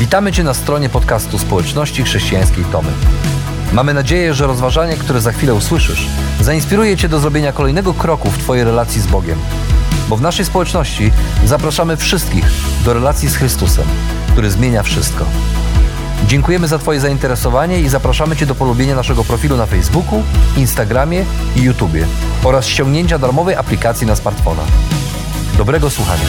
Witamy Cię na stronie podcastu Społeczności Chrześcijańskiej Tomy. Mamy nadzieję, że rozważanie, które za chwilę usłyszysz, zainspiruje Cię do zrobienia kolejnego kroku w Twojej relacji z Bogiem. Bo w naszej społeczności zapraszamy wszystkich do relacji z Chrystusem, który zmienia wszystko. Dziękujemy za Twoje zainteresowanie i zapraszamy Cię do polubienia naszego profilu na Facebooku, Instagramie i YouTubie oraz ściągnięcia darmowej aplikacji na smartfona. Dobrego słuchania.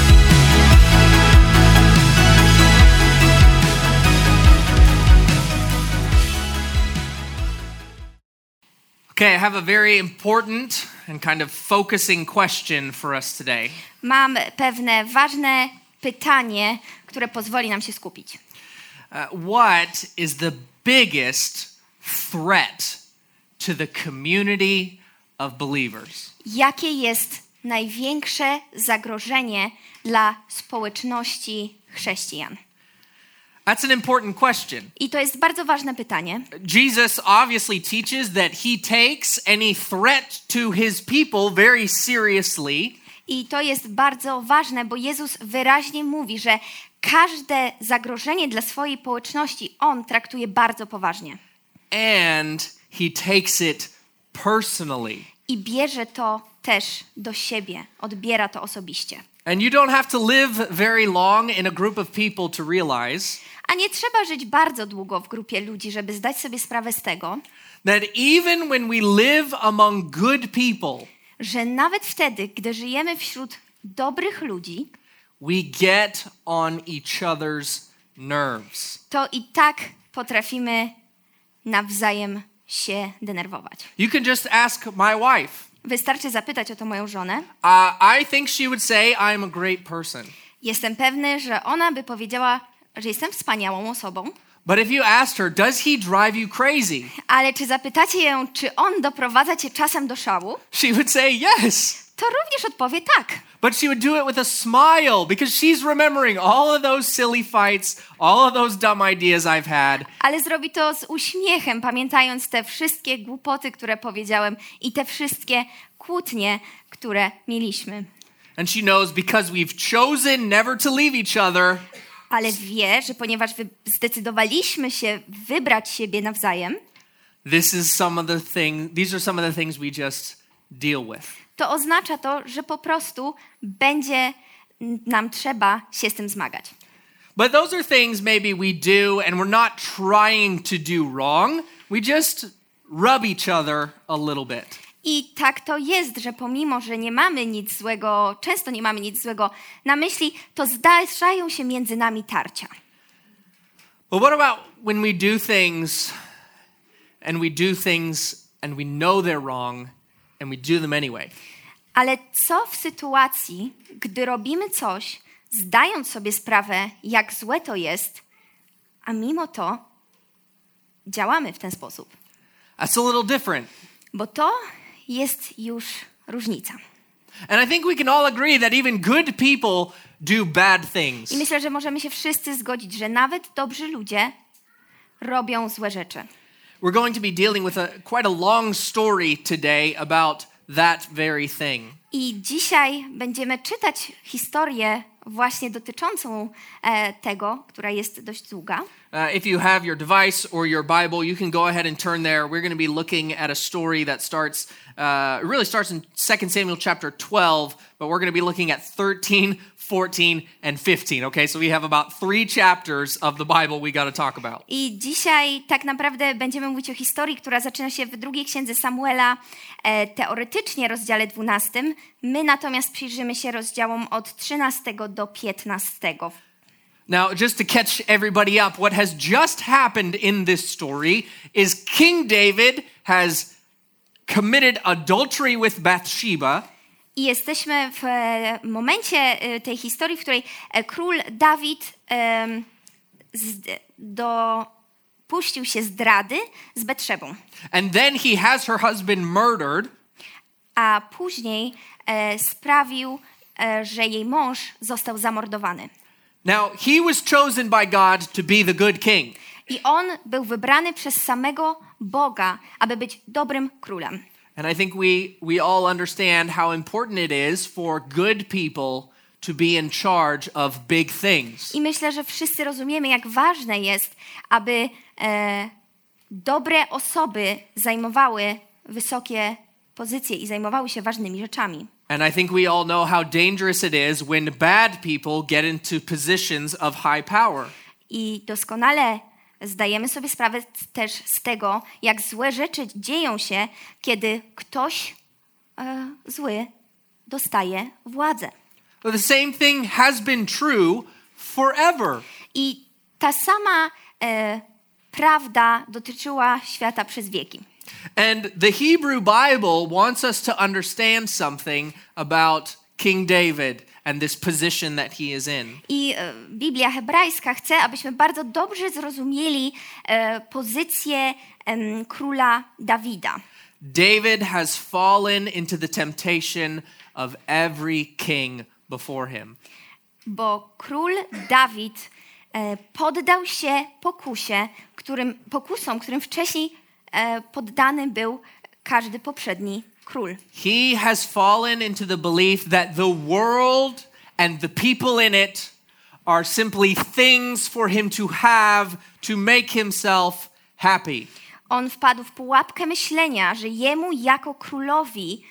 Okay, I have a very important and kind of focusing question for us today. Mam pewne ważne pytanie, które pozwoli nam się skupić. What is the biggest threat to the community of believers? Jakie jest największe zagrożenie dla społeczności chrześcijan? That's an important question. I to jest bardzo ważne pytanie. Jesus obviously teaches that he takes any threat to his people very seriously. I to jest bardzo ważne, bo Jezus wyraźnie mówi, że każde zagrożenie dla swojej społeczności On traktuje bardzo poważnie. And he takes it personally. I bierze to też do siebie, odbiera to osobiście. And you don't have to live very long in a group of people to realize A nie trzeba żyć bardzo długo w grupie ludzi, żeby zdać sobie sprawę z tego, that even when we live among good people, że nawet wtedy, gdy żyjemy wśród dobrych ludzi, we get on each other's nerves. to i tak potrafimy nawzajem się denerwować. You can just ask my wife. Wystarczy zapytać o to moją żonę. I think she would say I'm a great person. Jestem pewny, że ona by powiedziała, że jestem wspaniałą osobą. But if you asked her, does he drive you crazy? Ale czy zapytacie ją, czy on doprowadza cię czasem do szału? She would say yes. To również odpowie tak. But she would do it with a smile because she's remembering all of those silly fights, all of those dumb ideas I've had. Ale zrobi to z uśmiechem, pamiętając te wszystkie głupoty, które powiedziałem i te wszystkie kłótnie, które mieliśmy. And she knows because we've chosen never to leave each other, Ale wie, że ponieważ zdecydowaliśmy się wybrać siebie nawzajem, these are some of the things we just deal with. to oznacza to, że po prostu będzie nam trzeba się z tym zmagać. But those are things maybe we do and we're not trying to do wrong. We just rub each other a little bit. I tak to jest, że pomimo, że nie mamy nic złego, często nie mamy nic złego na myśli, to zdarzają się między nami tarcia. But what about when we do things and we know they're wrong and we do them anyway? Ale co w sytuacji, gdy robimy coś, zdając sobie sprawę, jak złe to jest, a mimo to działamy w ten sposób? That's a little different. Bo to jest już różnica. And I think we can all agree that even good people do bad things. I myślę, że możemy się wszyscy zgodzić, że nawet dobrzy ludzie robią złe rzeczy. We're going to be dealing with quite a long story today about that very thing. I dzisiaj będziemy czytać historię właśnie dotyczącą tego, która jest dość długa. If you have your device or your Bible, you can go ahead and turn there. We're going to be looking at a story that starts in 2 Samuel chapter 12, but we're going to be looking at 13, 14, and 15. Okay, so we have about 3 chapters of the Bible we got to talk about. I dzisiaj tak naprawdę będziemy mówić o historii, która zaczyna się w drugiej księdze Samuela, teoretycznie rozdziale 12. My natomiast przyjrzymy się rozdziałom od 13 do 15. Now, just to catch everybody up, what has just happened in this story is King David has committed adultery with Bathsheba. I jesteśmy w momencie tej historii, w której król Dawid dopuścił się zdrady z Betszebą. And then he has her husband murdered. A później sprawił, że jej mąż został zamordowany. Now, he was chosen by God to be the good king. I on był wybrany przez samego Boga, aby być dobrym królem. And I think we all understand how important it is for good people to be in charge of big things. I myślę, że wszyscy rozumiemy, jak ważne jest, aby dobre osoby zajmowały wysokie pozycje i zajmowały się ważnymi rzeczami. And I think we all know how dangerous it is when bad people get into positions of high power. I doskonale zdajemy sobie sprawę też z tego, jak złe rzeczy dzieją się, kiedy ktoś zły dostaje władzę. But the same thing has been true forever. I ta sama prawda dotyczyła świata przez wieki. And the Hebrew Bible wants us to understand something about King David and this position that he is in. I Biblia hebrajska chce, abyśmy bardzo dobrze zrozumieli pozycję króla Dawida. David has fallen into the temptation of every king before him. Bo król Dawid poddał się pokusom, którym wcześniej poddany był każdy poprzedni król. He has fallen into the belief that the world and the people in it are simply things for him to have to make himself happy. On wpadł w pułapkę myślenia, że jemu jako królowi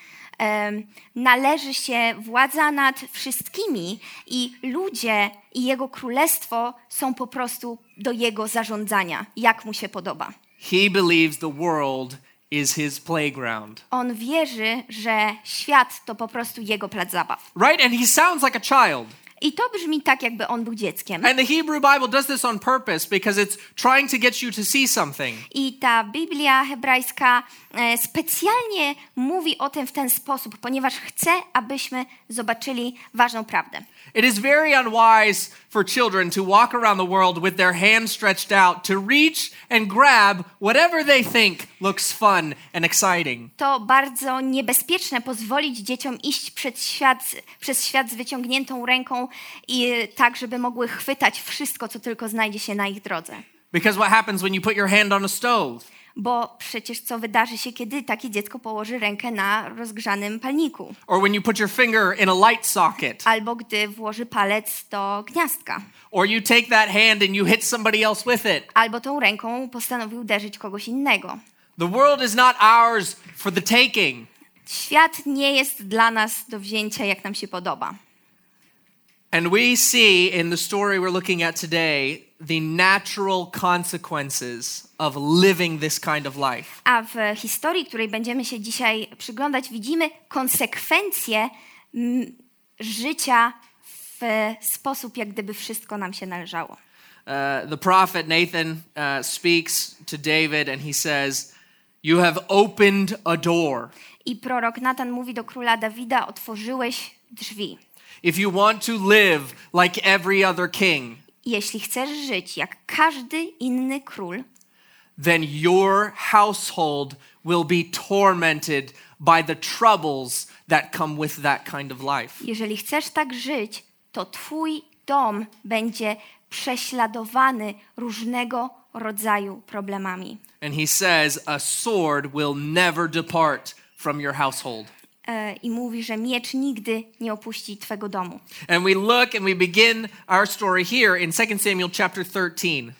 należy się władza nad wszystkimi i ludzie i jego królestwo są po prostu do jego zarządzania, jak mu się podoba. He believes the world is his playground. On wierzy, że świat to po prostu jego plac zabaw. Right? And he sounds like a child. I to brzmi tak, jakby on był dzieckiem. And the Hebrew Bible does this on purpose because it's trying to get you to see something. I ta Biblia hebrajska specjalnie mówi o tym w ten sposób, ponieważ chce, abyśmy zobaczyli ważną prawdę. It is very unwise for children to walk around the world with their hands stretched out to reach and grab whatever they think looks fun and exciting. To bardzo niebezpieczne pozwolić dzieciom iść przez świat z wyciągniętą ręką i tak, żeby mogły chwytać wszystko, co tylko znajdzie się na ich drodze. Because what happens when you put your hand on a stove? Bo przecież co wydarzy się, kiedy takie dziecko położy rękę na rozgrzanym palniku? Or when you put your finger in a light socket? Albo gdy włoży palec do gniazdka? Or you take that hand and you hit somebody else with it? Albo tą ręką postanowi uderzyć kogoś innego? The world is not ours for the taking. Świat nie jest dla nas do wzięcia, jak nam się podoba. And we see in the story we're looking at today the natural consequences of living this kind of life. A w historii, której będziemy się dzisiaj przyglądać, widzimy konsekwencje życia w sposób, jak gdyby wszystko nam się należało. The prophet Nathan speaks to David and he says, "You have opened a door. I prorok Natan mówi do króla Dawida: otworzyłeś drzwi. If you want to live like every other king, Jeśli chcesz żyć jak każdy inny król, then your household will be tormented by the troubles that come with that kind of life." jeżeli chcesz tak żyć, to twój dom będzie prześladowany różnego rodzaju problemami. And he says, "A sword will never depart from your household." I mówi, że miecz nigdy nie opuści twego domu. And we look and we begin our story here in 2 Samuel chapter 13.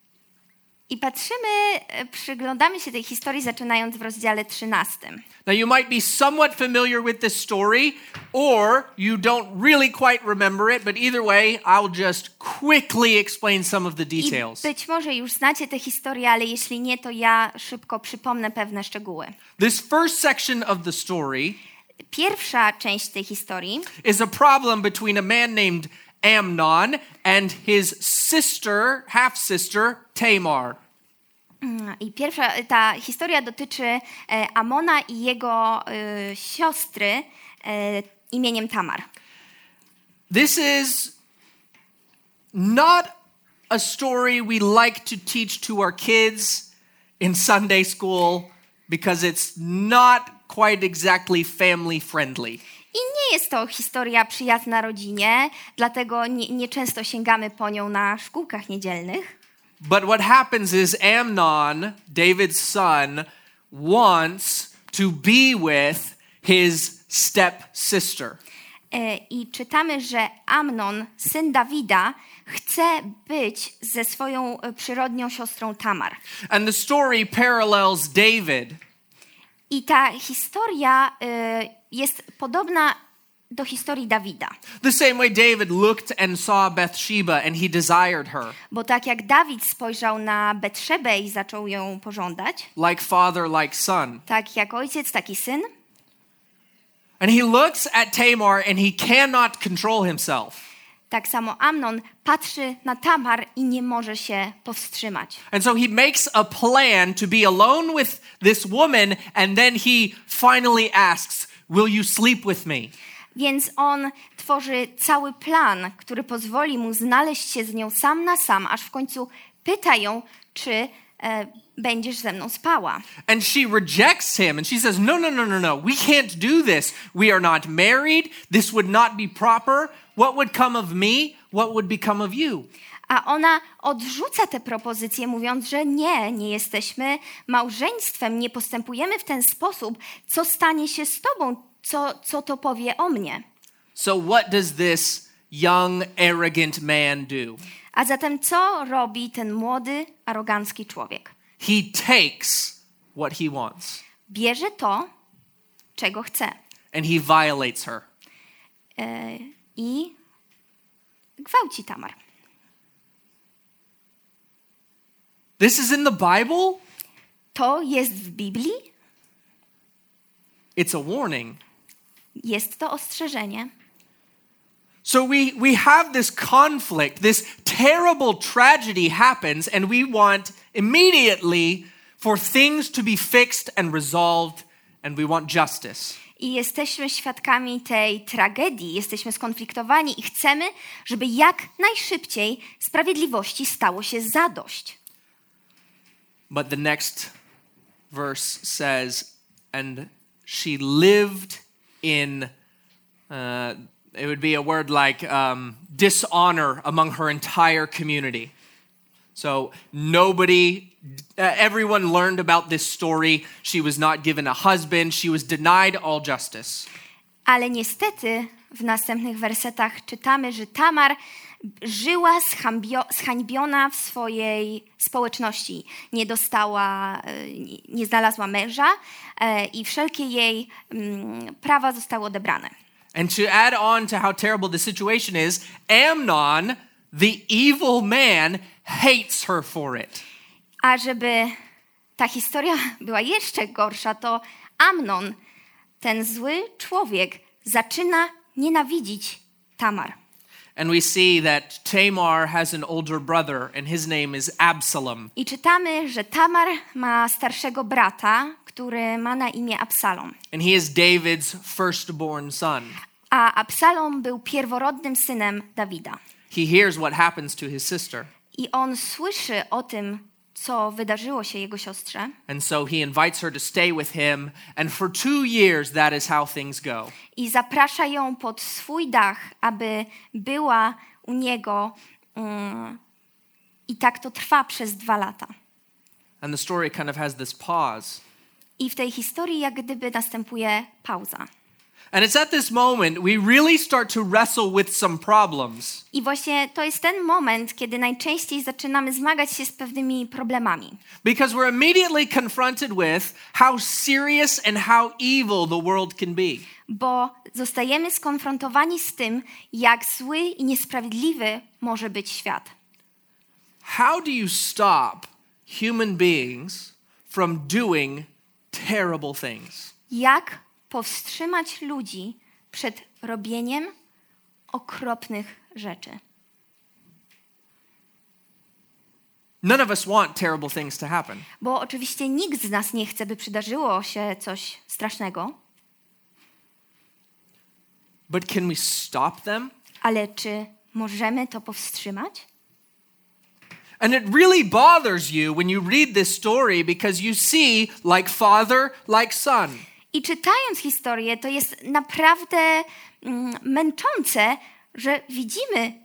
I przyglądamy się tej historii zaczynając w rozdziale 13. Now you might be somewhat familiar with this story or you don't really quite remember it, but either way, I'll just quickly explain some of the I details. być może już znacie tę historię, ale jeśli nie, to ja szybko przypomnę pewne szczegóły. This first section of the story Pierwsza część tej historii is a problem between a man named Amnon and his sister, half-sister, Tamar. i ta historia dotyczy Amona i jego siostry imieniem Tamar. This is not a story we like to teach to our kids in Sunday school because it's not quite exactly family friendly. I nie jest to historia przyjazna rodzinie, dlatego nieczęsto sięgamy po nią na szkółkach niedzielnych. But what happens is Amnon, David's son, wants to be with his stepsister. I czytamy, że Amnon, syn Dawida, chce być ze swoją przyrodnią siostrą Tamar. And the story parallels David. I ta historia jest podobna do historii Dawida. The same way David looked and saw Bathsheba and he desired her. Bo tak jak Dawid spojrzał na Betszebę i zaczął ją pożądać, Like father, like son. tak jak ojciec, taki syn. And he looks at Tamar and he cannot control himself. Tak samo Amnon patrzy na Tamar i nie może się powstrzymać. And so he makes a plan to be alone with this woman and then he finally asks, "Will you sleep with me?" Więc on tworzy cały plan, który pozwoli mu znaleźć się z nią sam na sam, aż w końcu pyta ją, czy będziesz ze mną spała. And she rejects him and she says, no, we can't do this. We are not married. This would not be proper. What would come of me? What would become of you? A ona odrzuca tę propozycję, mówiąc, że nie jesteśmy małżeństwem, nie postępujemy w ten sposób. Co stanie się z tobą? Co to powie o mnie? So what does this young, arrogant man do? A zatem co robi ten młody, arogancki człowiek? He takes what he wants Bierze to, czego chce and he violates her. I gwałci Tamar. This is in the Bible? To jest w Biblii? It's a warning. Jest to ostrzeżenie. So we have this conflict, this terrible tragedy happens, and we want immediately for things to be fixed and resolved, and we want justice. I jesteśmy świadkami tej tragedii, jesteśmy skonfliktowani i chcemy, żeby jak najszybciej sprawiedliwości stało się zadość. But the next verse says, and she lived in, it would be a word like dishonor among her entire community. So everyone learned about this story. She was not given a husband. She was denied all justice. Ale niestety w następnych wersetach czytamy, że Tamar żyła zhańbiona w swojej społeczności. Nie znalazła męża i wszelkie jej prawa zostały odebrane. And to add on to how terrible the situation is, Amnon, the evil man, hates her for it. A żeby ta historia była jeszcze gorsza, to Amnon, ten zły człowiek, zaczyna nienawidzić Tamar. And we see that Tamar has an older brother and his name is Absalom. I czytamy, że Tamar ma starszego brata, który ma na imię Absalom. And he is David's firstborn son. A Absalom był pierworodnym synem Dawida. He hears what happens to his sister. I on słyszy o tym, co wydarzyło się jego siostrze. And so he invites her to stay with him, and for 2 years that is how things go. I zaprasza ją pod swój dach, aby była u niego. I tak to trwa przez 2 lata. And the story kind of has this pause. I w tej historii jak gdyby następuje pauza. And it's at this moment we really start to wrestle with some problems. I właśnie to jest ten moment, kiedy najczęściej zaczynamy zmagać się z pewnymi problemami. Because we're immediately confronted with how serious and how evil the world can be. Bo zostajemy skonfrontowani z tym, jak zły i niesprawiedliwy może być świat. How do you stop human beings from doing terrible things? Jak powstrzymać ludzi przed robieniem okropnych rzeczy? None of us want terrible things to happen. Bo oczywiście nikt z nas nie chce, by przydarzyło się coś strasznego. But can we stop them? Ale czy możemy to powstrzymać? And it really bothers you when you read this story because you see like father, like son. I czytając historię, to jest naprawdę męczące, że widzimy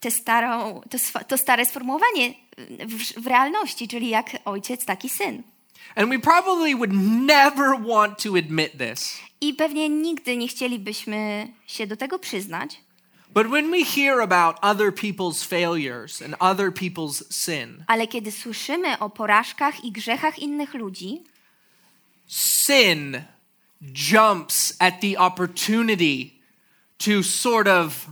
to stare sformułowanie w realności, czyli jak ojciec, taki syn. And we probably would never want to admit this. I pewnie nigdy nie chcielibyśmy się do tego przyznać. But when we hear about other people's failures and other people's sin, Ale kiedy słyszymy o porażkach i grzechach innych ludzi, sin jumps at the opportunity to sort of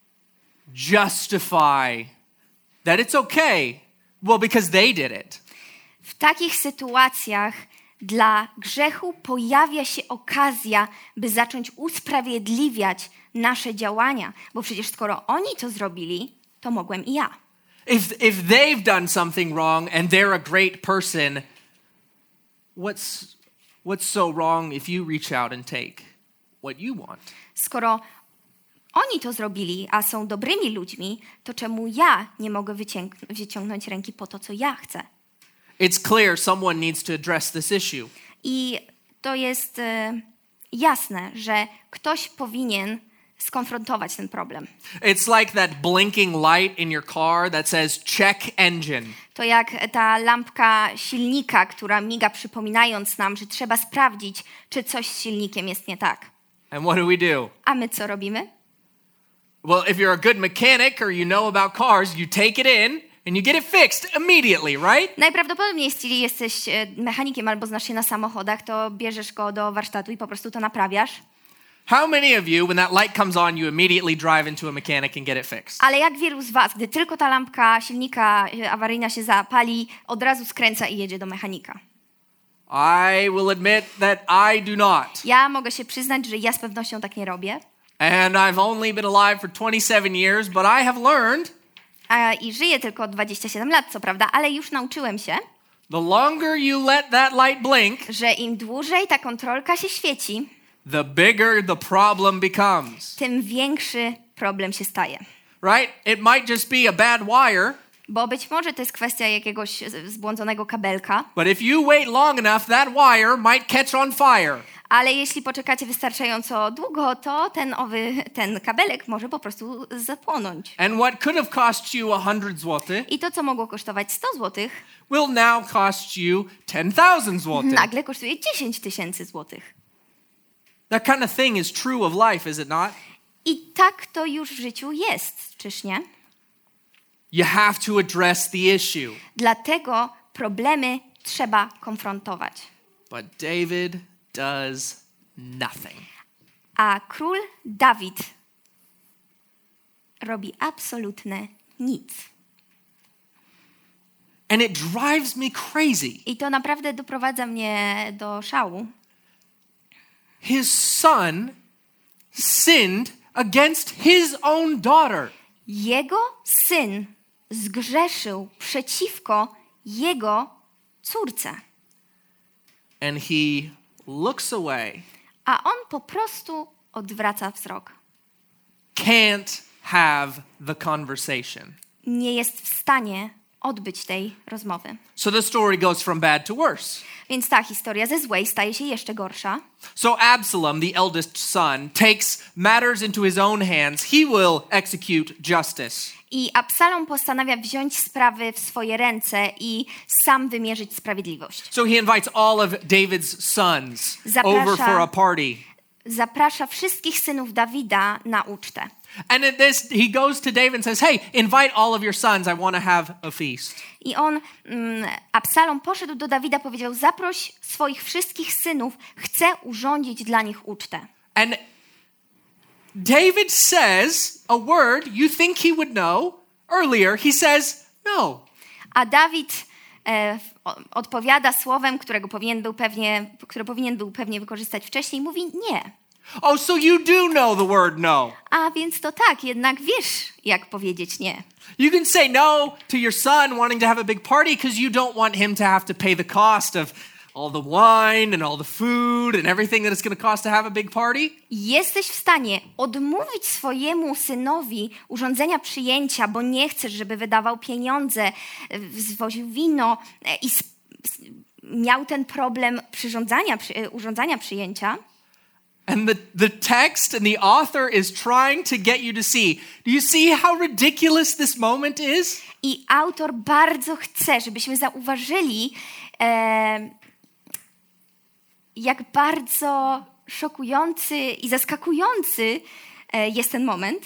justify that it's okay, well, because they did it. w takich sytuacjach dla grzechu pojawia się okazja, by zacząć usprawiedliwiać nasze działania, bo przecież skoro oni to zrobili, to mogłem i ja. If they've done something wrong and they're a great person, what's so wrong if you reach out and take what you want? Skoro oni to zrobili, a są dobrymi ludźmi, to czemu ja nie mogę wyciągnąć ręki po to, co ja chcę? It's clear someone needs to address this issue. I to jest jasne, że ktoś powinien skonfrontować ten problem. It's like that blinking light in your car that says check engine. To jak ta lampka silnika, która miga, przypominając nam, że trzeba sprawdzić, czy coś z silnikiem jest nie tak. And what do? A my co robimy? Well, if you're a good mechanic or you know about cars, you take it in and you get it fixed immediately, right? Najprawdopodobniej, jeśli jesteś mechanikiem albo znasz się na samochodach, to bierzesz go do warsztatu i po prostu to naprawiasz. How many of you, when that light comes on, you immediately drive into a mechanic and get it fixed? Ale jak wielu z was, gdy tylko ta lampka silnika awaryjna się zapali, od razu skręca i jedzie do mechanika? I will admit that I do not. Ja mogę się przyznać, że ja z pewnością tak nie robię. And I've only been alive for 27 years, but I have learned I żyję tylko 27 lat, co prawda, ale już nauczyłem się, the longer you let that light blink, że im dłużej ta kontrolka się świeci, the bigger the problem becomes. tym większy problem się staje. Right? It might just be a bad wire, Bo być może to jest kwestia jakiegoś zbłądzonego kabelka, but if you wait long enough, that wire might catch on fire. ale jeśli poczekacie wystarczająco długo, to ten kabelek może po prostu zapłonąć. And what could have cost you 100 zł I to, co mogło kosztować 100 zł, will now cost you 10,000 zł. nagle kosztuje 10 000 złotych. That kind of thing is true of life, is it not? I tak to już w życiu jest, czyż nie? You have to address the issue. Dlatego problemy trzeba konfrontować. But David does nothing. A król Dawid robi absolutnie nic. And it drives me crazy. I to naprawdę doprowadza mnie do szału. His son sinned against his own daughter. Jego syn zgrzeszył przeciwko jego córce. And he looks away. A on po prostu odwraca wzrok. Can't have the conversation. Nie jest w stanie odbyć tej rozmowy. So the story goes from bad to worse. Więc ta historia ze złej staje się jeszcze gorsza. So Absalom, the eldest son, takes matters into his own hands. He will execute justice. I Absalom postanawia wziąć sprawy w swoje ręce i sam wymierzyć sprawiedliwość. So he invites all of David's sons over for a party. Zaprasza wszystkich synów Dawida na ucztę. And at this, he goes to David and says, hey, invite all of your sons. I want to have a feast. I Absalom poszedł do Dawida, powiedział, zaproś swoich wszystkich synów, chcę urządzić dla nich ucztę. And David says a word you think he would know earlier. He says, no. A Dawid odpowiada słowem, które powinien był pewnie wykorzystać wcześniej, mówi nie. Oh, so you do know the word no. A więc to tak, jednak wiesz, jak powiedzieć nie. You can say no to your son wanting to have a big party because you don't want him to have to pay the cost of all the wine and all the food and everything that it's going to cost to have a big party. Jesteś w stanie odmówić swojemu synowi urządzenia przyjęcia, bo nie chcesz, żeby wydawał pieniądze, zwoził wino i miał ten problem urządzania przyjęcia. And the text and the author is trying to get you to see. Do you see how ridiculous this moment is? I autor bardzo chce, żebyśmy zauważyli, jak bardzo szokujący i zaskakujący jest ten moment.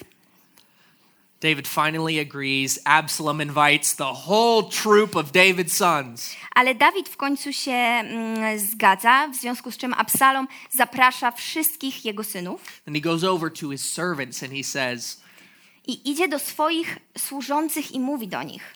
David finally agrees. Absalom invites the whole troop of David's sons. Ale Dawid w końcu się zgadza, w związku z czym Absalom zaprasza wszystkich jego synów And he goes over to his servants and he says, i idzie do swoich służących i mówi do nich: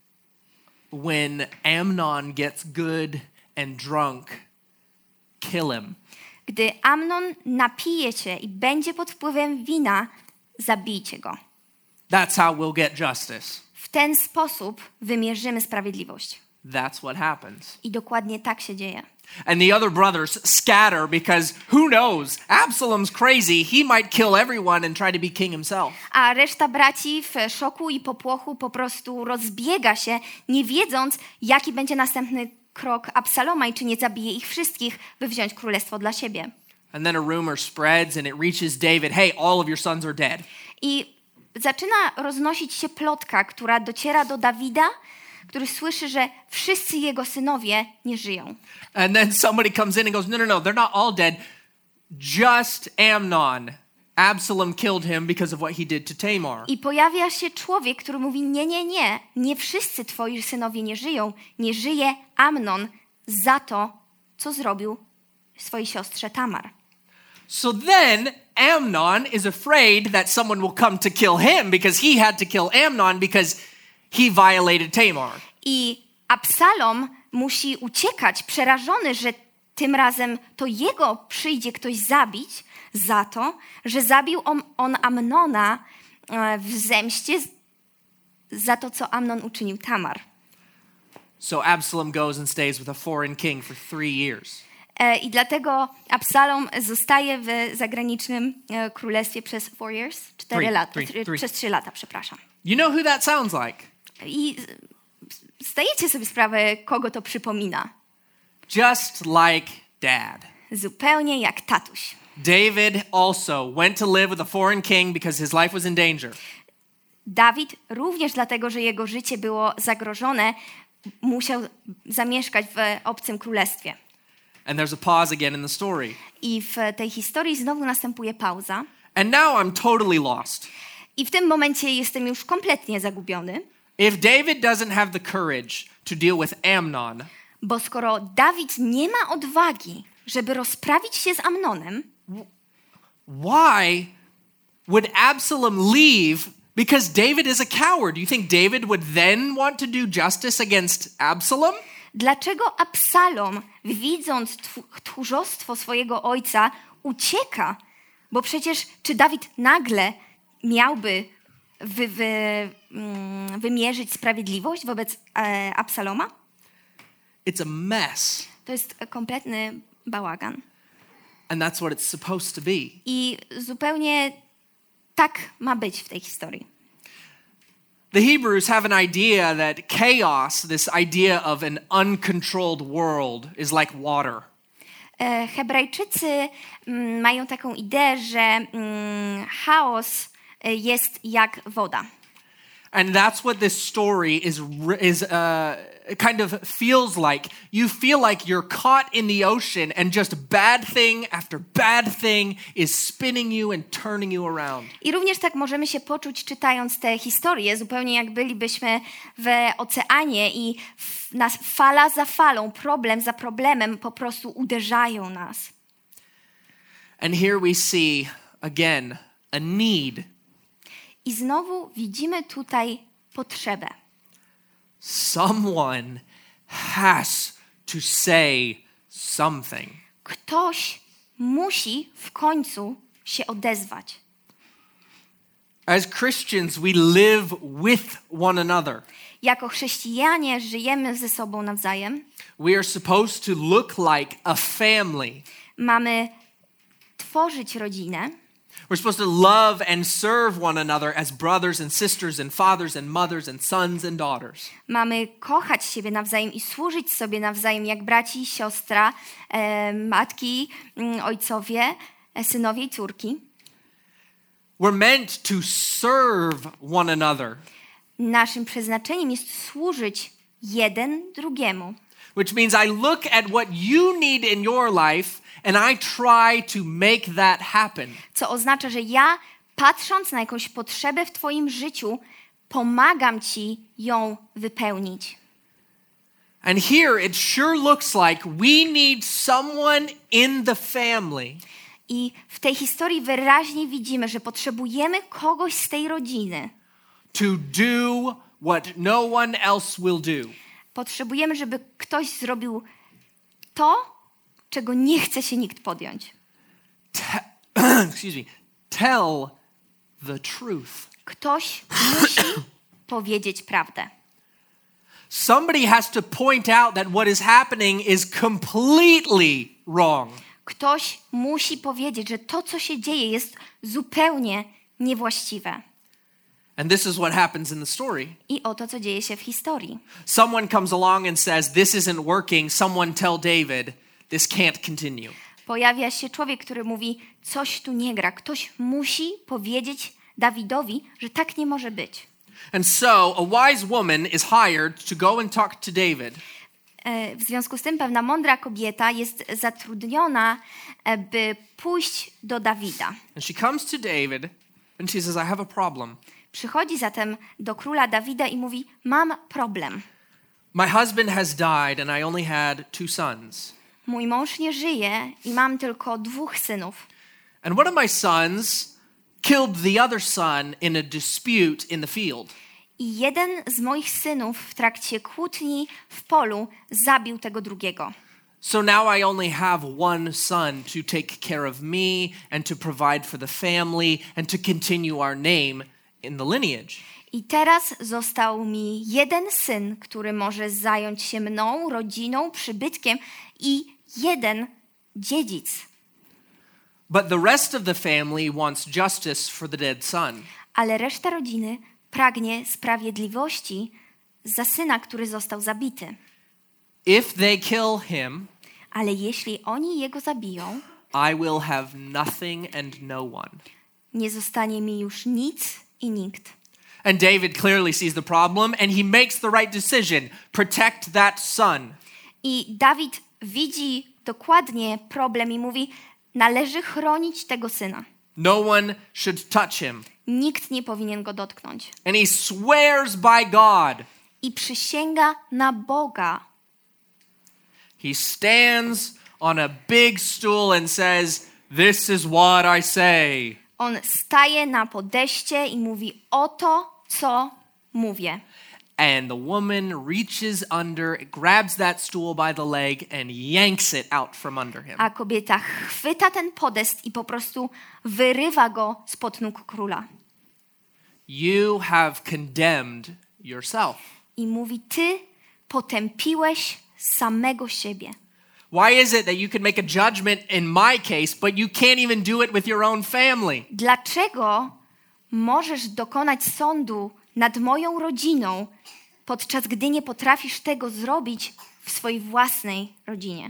when Amnon gets good and drunk, kill him. Gdy Amnon napije się i będzie pod wpływem wina, zabijcie go. That's how we'll get justice. W ten sposób wymierzymy sprawiedliwość. That's what happens. I dokładnie tak się dzieje. And the other brothers scatter because who knows? Absalom's crazy. He might kill everyone and try to be king himself. A reszta braci w szoku i popłochu po prostu rozbiega się, nie wiedząc, jaki będzie następny krok Absaloma i czy nie zabije ich wszystkich, by wziąć królestwo dla siebie. And then a rumor spreads and it reaches David, hey, all of your sons are dead. I zaczyna roznosić się plotka, która dociera do Dawida, który słyszy, że wszyscy jego synowie nie żyją. And then somebody comes in and goes, no, they're not all dead. Just Amnon. Absalom killed him because of what he did to Tamar. I pojawia się człowiek, który mówi: nie wszyscy twoi synowie nie żyją. Nie żyje Amnon za to, co zrobił swojej siostrze Tamar. So then Amnon is afraid that someone will come to kill him because he had to kill Amnon because he violated Tamar. I Absalom musi uciekać, przerażony, że tym razem to jego przyjdzie ktoś zabić za to, że zabił on Amnona w zemście za to, co Amnon uczynił Tamar. So Absalom goes and stays with a foreign king for 3 years. I dlatego Absalom zostaje w zagranicznym królestwie przez 4 years, 4 lata, przez 3 lata, przepraszam. You know who that sounds like? I zdajecie sobie sprawę, kogo to przypomina? Just like dad. Zupełnie jak tatuś. David also went to live with a foreign king because his life was in danger. Dawid również dlatego, że jego życie było zagrożone, musiał zamieszkać w obcym królestwie. And there's a pause again in the story. I w tej historii znowu następuje pauza. And now I'm totally lost. I w tym momencie jestem już kompletnie zagubiony. If David doesn't have the courage to deal with Amnon, bo skoro Dawid nie ma odwagi, żeby rozprawić się z Amnonem, why would Absalom leave because David is a coward? You think David would then want to do justice against Absalom? Dlaczego Absalom, widząc tchórzostwo swojego ojca, ucieka? Bo przecież czy Dawid nagle miałby wymierzyć sprawiedliwość wobec Absaloma? It's a mess. To jest kompletny bałagan. And that's what it's supposed to be. I zupełnie tak ma być w tej historii. The Hebrews have an idea that chaos, this idea of an uncontrolled world, is like water. Hebrajczycy mają taką ideę, że chaos jest jak woda. And that's what this story is kind of feels like. You feel like you're caught in the ocean and just bad thing after bad thing is spinning you and turning you around. I również tak możemy się poczuć, czytając tę historię, zupełnie jak bylibyśmy w oceanie i nas fala za falą, problem za problemem po prostu uderzają nas. And here we see again a need. I znowu widzimy tutaj potrzebę. Someone has to say something. Ktoś musi w końcu się odezwać. As Christians, we live with one another. Jako chrześcijanie żyjemy ze sobą nawzajem. We are supposed to look like a family. Mamy tworzyć rodzinę. We're supposed to love and serve one another as brothers and sisters and fathers and mothers and sons and daughters. Mamy kochać siebie nawzajem i służyć sobie nawzajem jak braci i siostra, matki, ojcowie, synowie i córki. We're meant to serve one another. Naszym przeznaczeniem jest służyć jeden drugiemu. which means I look at what you need in your life and I try to make that happen. Co oznacza, że ja, patrząc na jakąś potrzebę w twoim życiu, pomagam ci ją wypełnić. And here it sure looks like we need someone in the family I w tej historii wyraźnie widzimy, że potrzebujemy kogoś z tej rodziny. to do what no one else will do. Potrzebujemy, żeby ktoś zrobił to, czego nie chce się nikt podjąć. Excuse me. Tell the truth. Ktoś musi powiedzieć prawdę. Somebody has to point out that what is happening is completely wrong. Ktoś musi powiedzieć, że to, co się dzieje, jest zupełnie niewłaściwe. And this is what happens in the story. I oto, co dzieje się w historii. Someone comes along and says, this isn't working. Someone tell David, this can't continue. Pojawia się człowiek, który mówi, coś tu nie gra. Ktoś musi powiedzieć Dawidowi, że tak nie może być. And so a wise woman is hired to go and talk to David. W związku z tym pewna mądra kobieta jest zatrudniona, by pójść do Dawida. And she comes to David and she says, I have a problem. Przychodzi zatem do króla Dawida i mówi, mam problem. My husband has died and I only had 2 sons. Mój mąż nie żyje i mam tylko 2 synów. And one of my sons killed the other son in a dispute in the field. I jeden z moich synów w trakcie kłótni w polu zabił tego drugiego. So now I only have one son to take care of me and to provide for the family and to continue our name in the lineage. I teraz został mi jeden syn, który może zająć się mną, rodziną, przybytkiem i jeden dziedzic. But the rest of the family wants justice for the dead son. Ale reszta rodziny pragnie sprawiedliwości za syna, który został zabity. If they kill him, Ale jeśli oni jego zabiją, I will have nothing and no one. nie zostanie mi już nic i nikt. And David clearly sees the problem and he makes the right decision. Protect that son. I Dawid widzi dokładnie problem i mówi, należy chronić tego syna. No one should touch him. Nikt nie powinien go dotknąć. And he swears by God. I przysięga na Boga. He stands on a big stool and says, this is what I say. On staje na podejście i mówi, oto co mówię. And the woman reaches under, grabs that stool by the leg and yanks it out from under him. A kobieta chwyta ten podest i po prostu wyrywa go spod nóg króla. You have condemned yourself. I mówi, ty potępiłeś samego siebie. Why is it that you can make a judgment in my case, but you can't even do it with your own family? Dlaczego możesz dokonać sądu nad moją rodziną, podczas gdy nie potrafisz tego zrobić w swojej własnej rodzinie?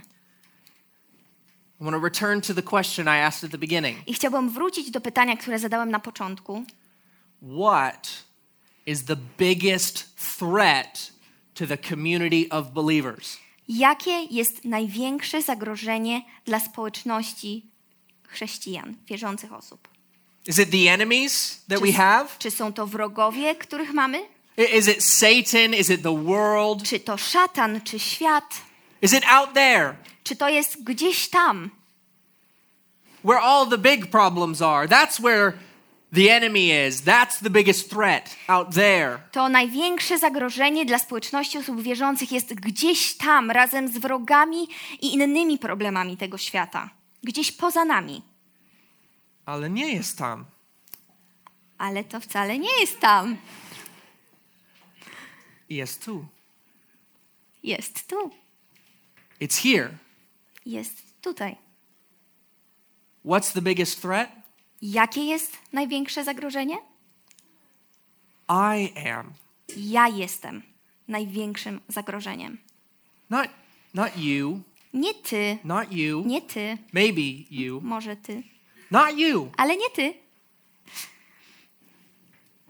I want to return to the question I asked at the beginning. I chciałbym wrócić do pytania, które zadałem na początku. What is the biggest threat to the community of believers? Jakie jest największe zagrożenie dla społeczności chrześcijan, wierzących osób? Is it the enemies that we have? Czy są to wrogowie, których mamy? Is it Satan? Is it the world? Czy to szatan, czy świat? Is it out there Czy to jest gdzieś tam, where all the big problems are? That's where the enemy is. That's the biggest threat out there. to największe zagrożenie dla społeczności osób wierzących jest gdzieś tam, razem z wrogami i innymi problemami tego świata. Gdzieś poza nami. Ale nie jest tam. Ale to wcale nie jest tam. Jest tu. Jest tu. It's here. Jest tutaj. What's the biggest threat? Jakie jest największe zagrożenie? I am. Ja jestem największym zagrożeniem. Not you. Nie ty, Not you. nie ty, Maybe you. może ty, Not you. ale nie ty.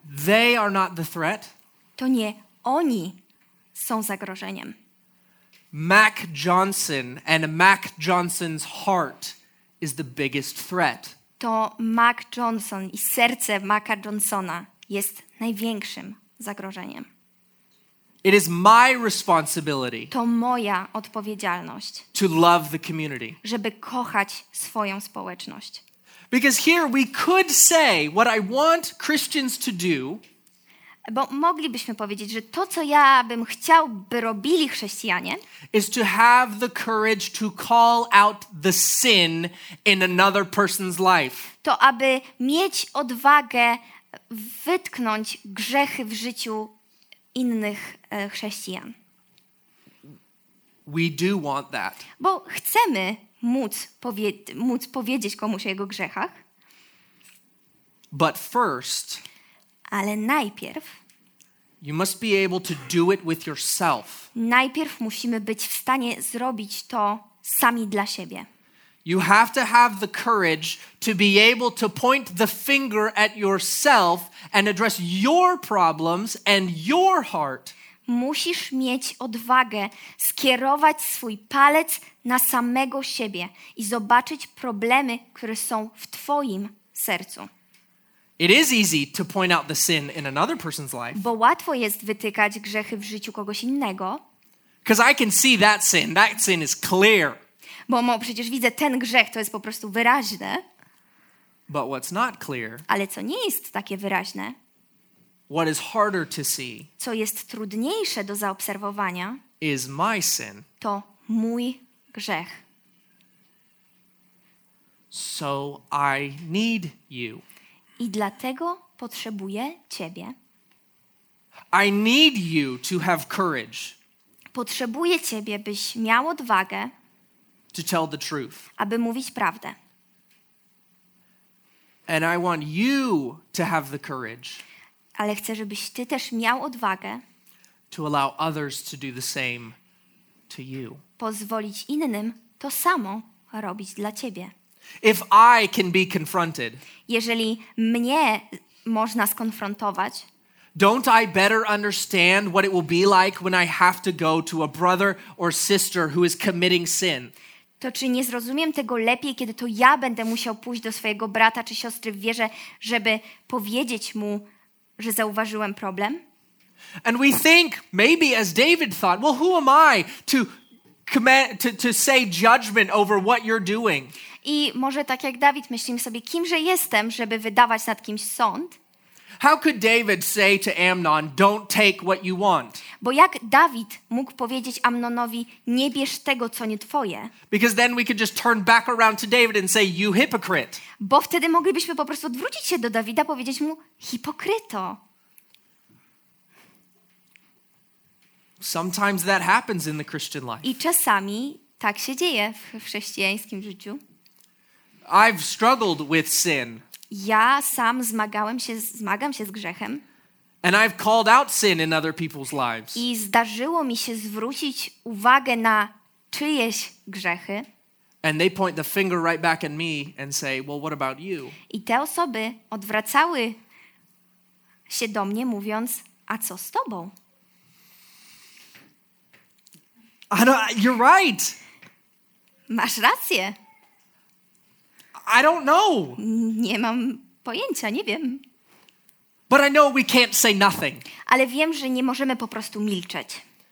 They are not the threat. To nie oni są zagrożeniem. Mac Johnson and Mac Johnson's heart is the biggest threat. To Mac Johnson i serce Maca Johnsona jest największym zagrożeniem. It is my responsibility To moja odpowiedzialność, to love the community. żeby kochać swoją społeczność. Because here we could say what I want Christians to do Bo moglibyśmy powiedzieć, że to, co ja bym chciał, by robili chrześcijanie, is to have the courage to call out the sin in another person's life. to aby mieć odwagę wytknąć grzechy w życiu innych chrześcijan. We do want that. Bo chcemy móc powiedzieć komuś o jego grzechach, But first, ale najpierw you must be able to do it with yourself. musimy być w stanie zrobić to sami dla siebie. You have to have the courage to be able to point the finger at yourself and address your problems and your heart. Musisz mieć odwagę skierować swój palec na samego siebie i zobaczyć problemy, które są w twoim sercu. It is easy to point out the sin in another person's life Bo łatwo jest wytykać grzechy w życiu kogoś innego, because I can see that sin. That sin is clear. bo przecież widzę ten grzech, to jest po prostu wyraźne, But what's not clear, ale co nie jest takie wyraźne, what is harder to see, co jest trudniejsze do zaobserwowania, is my sin. to mój grzech. So I need you. I dlatego potrzebuję ciebie. I need you to have courage Potrzebuję ciebie, byś miał odwagę, to tell the truth. aby mówić prawdę. And I want you to have the courage Ale chcę, żebyś ty też miał odwagę to allow others to do the same to you. pozwolić innym to samo robić dla ciebie. If I can be confronted, Jeżeli mnie można skonfrontować, don't I better understand what it will be like when I have to go to a brother or sister who is committing sin? to czy nie zrozumiem tego lepiej, kiedy to ja będę musiał pójść do swojego brata czy siostry w wierze, żeby powiedzieć mu, że zauważyłem problem? And we think, maybe as David thought, well, who am I to say judgment over what you're doing? I może tak jak Dawid myślimy sobie, kimże jestem, żeby wydawać nad kimś sąd? How could David say to Amnon, don't take what you want? Bo jak Dawid mógł powiedzieć Amnonowi, nie bierz tego, co nie twoje? Because then we could just turn back around to David and say, you hypocrite. Bo wtedy moglibyśmy po prostu odwrócić się do Dawida, powiedzieć mu, hipokryto. Sometimes that happens in the Christian life. I czasami tak się dzieje w chrześcijańskim życiu. I've struggled with sin, Ja sam zmagam się z grzechem and I've called out sin in other people's lives. i zdarzyło mi się zwrócić uwagę na czyjeś grzechy And they point the finger right back at me and say, well, what about you? i te osoby odwracały się do mnie mówiąc, a co z tobą? You're right. Masz rację. I don't know. Nie mam pojęcia, nie wiem. But I know we can't say nothing. Ale wiem, że nie możemy po prostu milczeć.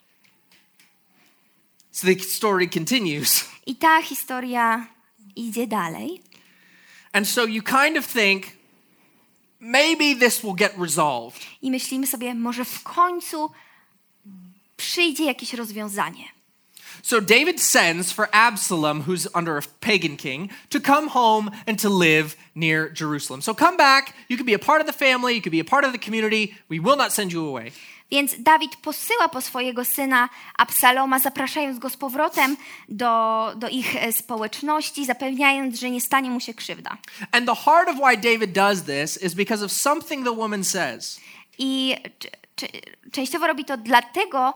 So the story continues. I ta historia idzie dalej. And so you kind of think, maybe this will get resolved. I myślimy sobie, może w końcu przyjdzie jakieś rozwiązanie. So David sends for Absalom, who's under a pagan king, to come home and to live near Jerusalem. So come back, you can be a part of the family, you can be a part of the community, we will not send you away. Więc Dawid posyła po swojego syna Absaloma, zapraszając go z powrotem do ich społeczności, zapewniając, że nie stanie mu się krzywda. And the heart of why David does this is because of something the woman says. I częściowo robi to dlatego,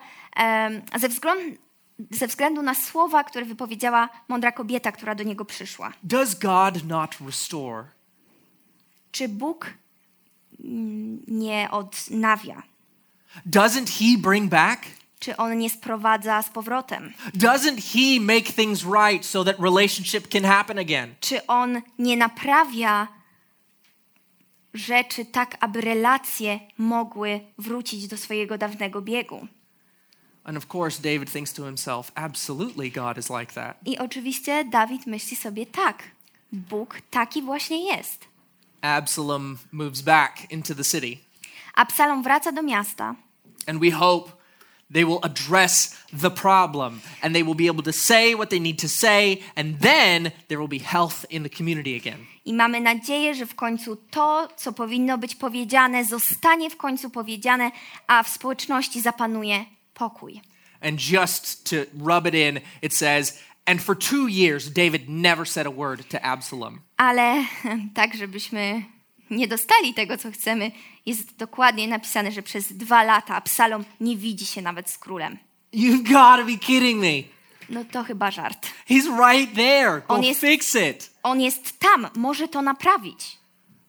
ze względu na słowa, które wypowiedziała mądra kobieta, która do niego przyszła. Does God not restore? Czy Bóg nie odnawia? Doesn't he bring back? Czy on nie sprowadza z powrotem? Doesn't he make things right so that relationship can happen again? Czy on nie naprawia rzeczy tak, aby relacje mogły wrócić do swojego dawnego biegu? And of course, David thinks to himself, absolutely God is like that. I oczywiście Dawid myśli sobie tak, Bóg taki właśnie jest. Absalom moves back into the city. Absalom wraca do miasta And we hope they will address the problem and they will be able to say what they need to say, and then there will be health in the community again. i mamy nadzieję, że w końcu to, co powinno być powiedziane, zostanie w końcu powiedziane, a w społeczności zapanuje pokój. And just to rub it in, it says, and for 2 years, David never said a word to Absalom. Ale tak, żebyśmy nie dostali tego, co chcemy, jest dokładnie napisane, że przez 2 lata Absalom nie widzi się nawet z królem. You've got to be kidding me. No to chyba żart. He's right there. Go On jest- fix it. On jest tam, może to naprawić.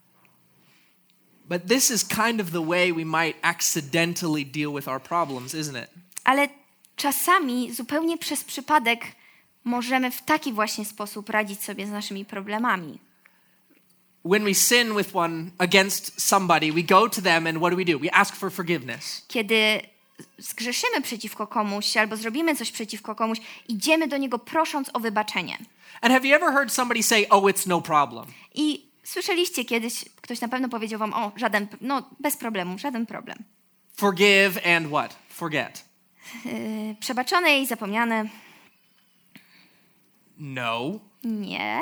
But this is kind of the way we might accidentally deal with our problems, isn't it? Ale czasami zupełnie przez przypadek możemy w taki właśnie sposób radzić sobie z naszymi problemami. When we sin against somebody, we go to them and what do? We ask for forgiveness. Kiedy zgrzeszymy przeciwko komuś albo zrobimy coś przeciwko komuś, idziemy do niego prosząc o wybaczenie. And have you ever heard somebody say, oh, it's no problem? I słyszeliście kiedyś, ktoś na pewno powiedział wam, bez problemu, żaden problem. Forgive and what? Forget. Przebaczone i zapomniane. No. Nie.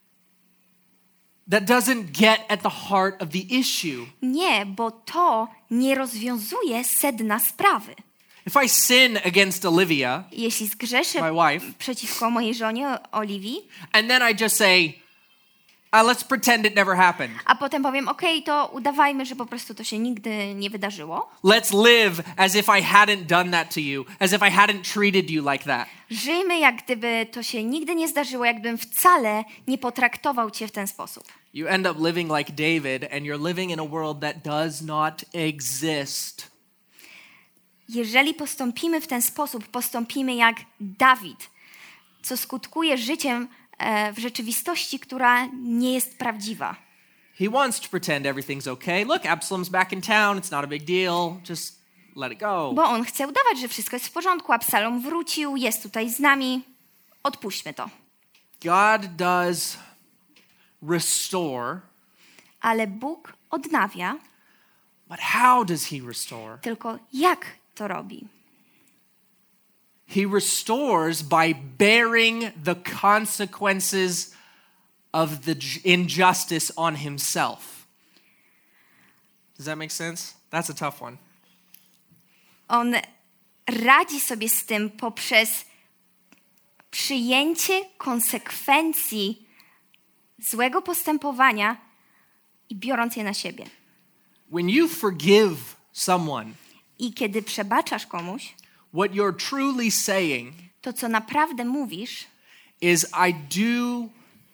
That doesn't get at the heart of the issue. Nie, bo to nie rozwiązuje sedna sprawy. If I sin against Olivia, Jeśli zgrzeszę my wife, przeciwko mojej żonie Oliwii, and then I just say, let's pretend it never happened. a potem powiem, okej, to udawajmy, że po prostu to się nigdy nie wydarzyło. Let's live as if I hadn't done that to you, as if I hadn't treated you like that. Żyjmy, jak gdyby to się nigdy nie zdarzyło, jakbym wcale nie potraktował cię w ten sposób. You end up living like David, and you're living in a world that does not exist. Jeżeli postąpimy w ten sposób, postąpimy jak Dawid, co skutkuje życiem w rzeczywistości, która nie jest prawdziwa. He wants to pretend everything's okay. Look, Absalom's back in town. It's not a big deal. Just let it go. Bo on chce udawać, że wszystko jest w porządku. Absalom wrócił, jest tutaj z nami. Odpuśćmy to. God does restore, Ale Bóg odnawia, but how does he restore? tylko jak to robi? He restores by bearing the consequences of the injustice on himself. Does that make sense? That's a tough one. On radzi sobie z tym poprzez przyjęcie konsekwencji złego postępowania i biorąc je na siebie. When you forgive someone, I kiedy przebaczasz komuś, what you're truly saying to co naprawdę mówisz, is I do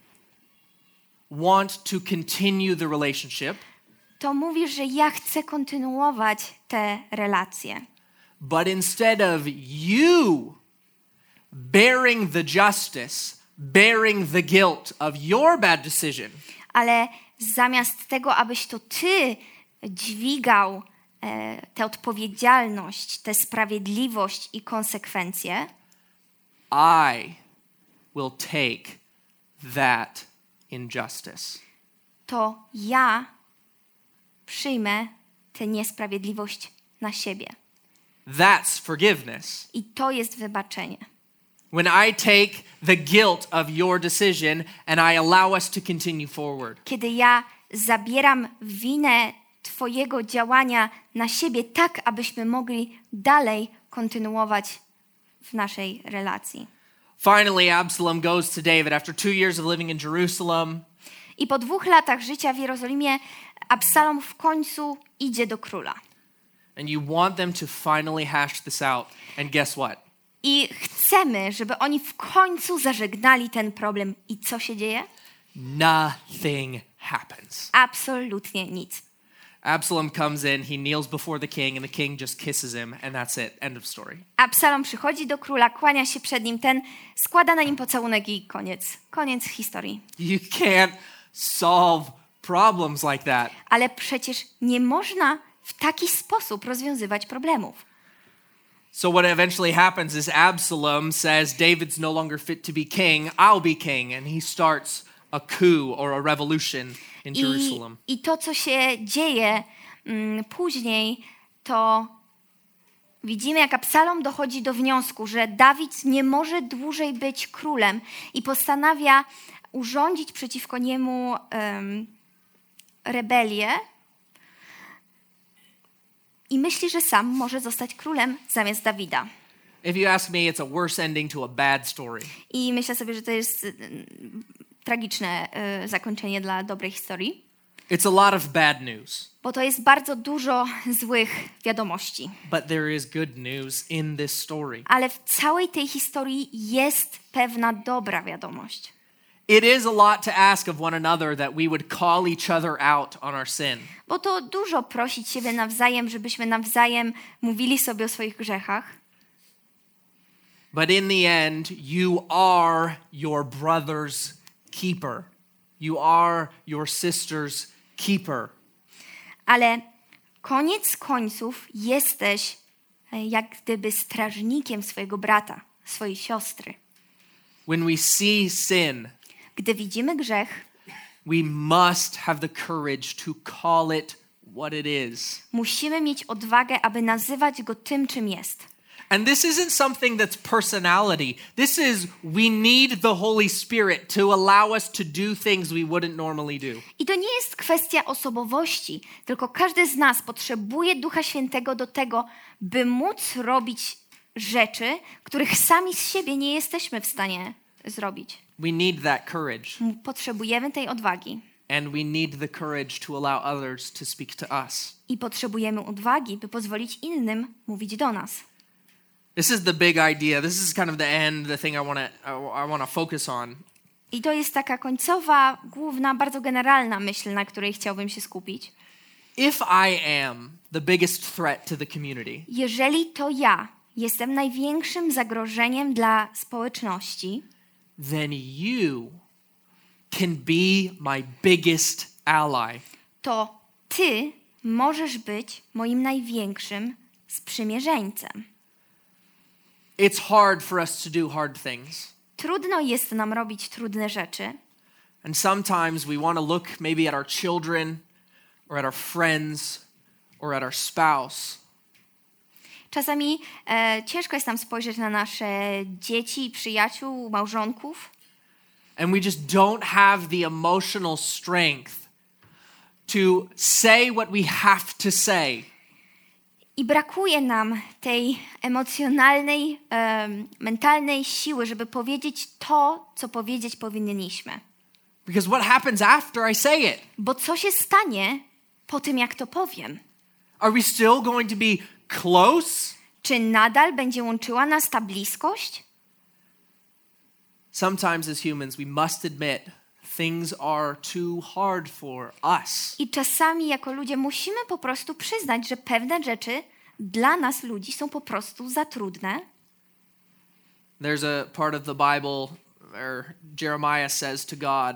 want to continue the relationship, to mówisz, że ja chcę kontynuować te relacje. but instead of you bearing the justice, bearing the guilt of your bad decision, Ale zamiast tego, abyś to ty dźwigał tę odpowiedzialność, tę sprawiedliwość i konsekwencje, I will take that injustice. to ja przyjmę tę niesprawiedliwość na siebie. That's forgiveness. I to jest wybaczenie. When I take the guilt of your decision and I allow us to continue forward. Kiedy ja zabieram winę twojego działania na siebie tak, abyśmy mogli dalej kontynuować w naszej relacji. Finally, Absalom goes to David after 2 years of living in Jerusalem. I po 2 latach życia w Jerozolimie Absalom w końcu idzie do króla. And you want them to finally hash this out. And guess what? I chcemy, żeby oni w końcu zażegnali ten problem. I co się dzieje? Nothing happens. Absolutnie nic. Absalom comes in, he kneels before the king, and the king just kisses him, and that's it. End of story. Absalom przychodzi do króla, kłania się przed nim, ten składa na nim pocałunek i koniec. Koniec historii. You can't solve problems like that. Ale przecież nie można w taki sposób rozwiązywać problemów. So what eventually happens is Absalom says, David's no longer fit to be king, I'll be king. And he starts a coup or a revolution in Jerusalem. I to, co się dzieje później, to widzimy, jak Absalom dochodzi do wniosku, że Dawid nie może dłużej być królem i postanawia urządzić przeciwko niemu rebelię i myśli, że sam może zostać królem zamiast Dawida. If you ask me, it's a worse ending to a bad story. I myślę sobie, że to jest tragiczne zakończenie dla dobrej historii. It's a lot of bad news. Bo to jest bardzo dużo złych wiadomości. But there is good news in this story. Ale w całej tej historii jest pewna dobra wiadomość. It is a lot to ask of one another that we would call each other out on our sin. Bo to dużo prosić siebie nawzajem, żebyśmy nawzajem mówili sobie o swoich grzechach. But in the end, you are your brother's keeper. You are your sister's keeper. Ale koniec końców jesteś jak gdyby strażnikiem swojego brata, swojej siostry. When we see sin, Gdy widzimy grzech, we must have the courage to call it what it is. musimy mieć odwagę, aby nazywać go tym, czym jest. And this isn't something that's personality. This is we need the Holy Spirit to allow us to do things we wouldn't normally do. I to nie jest kwestia osobowości, tylko każdy z nas potrzebuje Ducha Świętego do tego, by móc robić rzeczy, których sami z siebie nie jesteśmy w stanie zrobić. We need that courage. Potrzebujemy tej odwagi. And we need the courage to allow others to speak to us. I potrzebujemy odwagi, by pozwolić innym mówić do nas. This is the big idea. This is kind of the end, the thing I want to focus on. I to jest taka końcowa, główna, bardzo generalna myśl, na której chciałbym się skupić. If I am the biggest threat to the community, Jeżeli to ja jestem największym zagrożeniem dla społeczności, then you can be my biggest ally. to ty możesz być moim największym sprzymierzeńcem. It's hard for us to do hard things. Trudno jest nam robić trudne rzeczy. And sometimes we want to look maybe at our children or at our friends or at our spouse. Czasami ciężko jest nam spojrzeć na nasze dzieci, przyjaciół, małżonków. And we just don't have the emotional strength to say what we have to say. I brakuje nam tej emocjonalnej, mentalnej siły, żeby powiedzieć to, co powiedzieć powinniśmy. Because what happens after I say it? Bo co się stanie po tym, jak to powiem? Are we still going to be close? Czy nadal będzie łączyła nas ta bliskość? Sometimes as humans we must admit things are too hard for us. I czasami jako ludzie musimy po prostu przyznać, że pewne rzeczy dla nas ludzi są po prostu za trudne. There's a part of the Bible where Jeremiah says to God,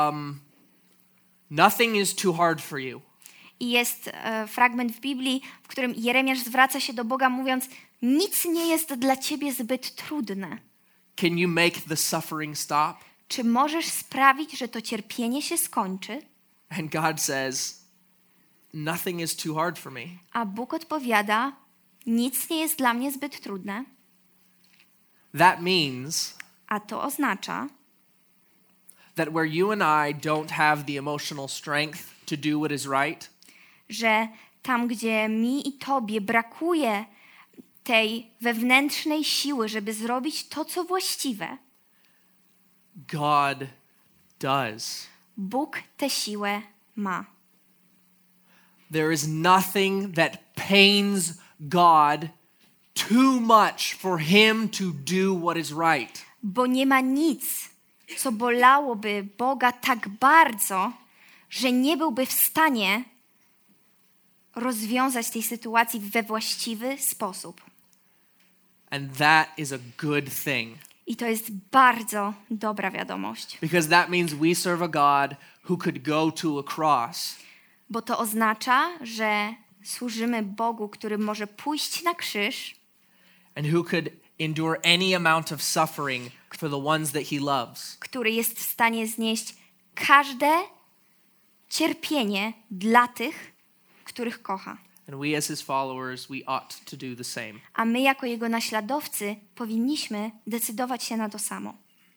nothing is too hard for you. I jest fragment w Biblii, w którym Jeremiasz zwraca się do Boga mówiąc, nic nie jest dla ciebie zbyt trudne. Can you make the suffering stop? Czy możesz sprawić, że to cierpienie się skończy? And God says, nothing is too hard for me. A Bóg odpowiada, nic nie jest dla mnie zbyt trudne. That means A to oznacza, that where you and I don't have the emotional strength to do what is right, że tam, gdzie mi i tobie brakuje tej wewnętrznej siły, żeby zrobić to, co właściwe, God does. Bóg tę siłę ma. There is nothing that pains God too much for him to do what is right. Bo nie ma nic, co bolałoby Boga tak bardzo, że nie byłby w stanie rozwiązać tej sytuacji we właściwy sposób. And that is a good thing. I to jest bardzo dobra wiadomość. Because that means we serve a God who could go to a cross Bo to oznacza, że służymy Bogu, który może pójść na krzyż and who could endure any amount of suffering for the ones that he loves. który jest w stanie znieść każde cierpienie dla tych, których kocha. And we as his followers, we ought to do the same. A my jako Jego naśladowcy powinniśmy decydować się na to samo.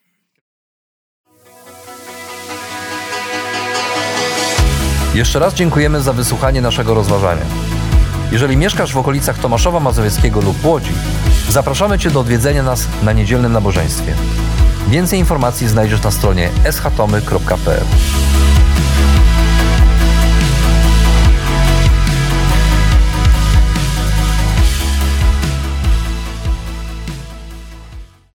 Jeszcze raz dziękujemy za wysłuchanie naszego rozważania. Jeżeli mieszkasz w okolicach Tomaszowa Mazowieckiego lub Łodzi, zapraszamy Cię do odwiedzenia nas na niedzielnym nabożeństwie. Więcej informacji znajdziesz na stronie schtomy.pl.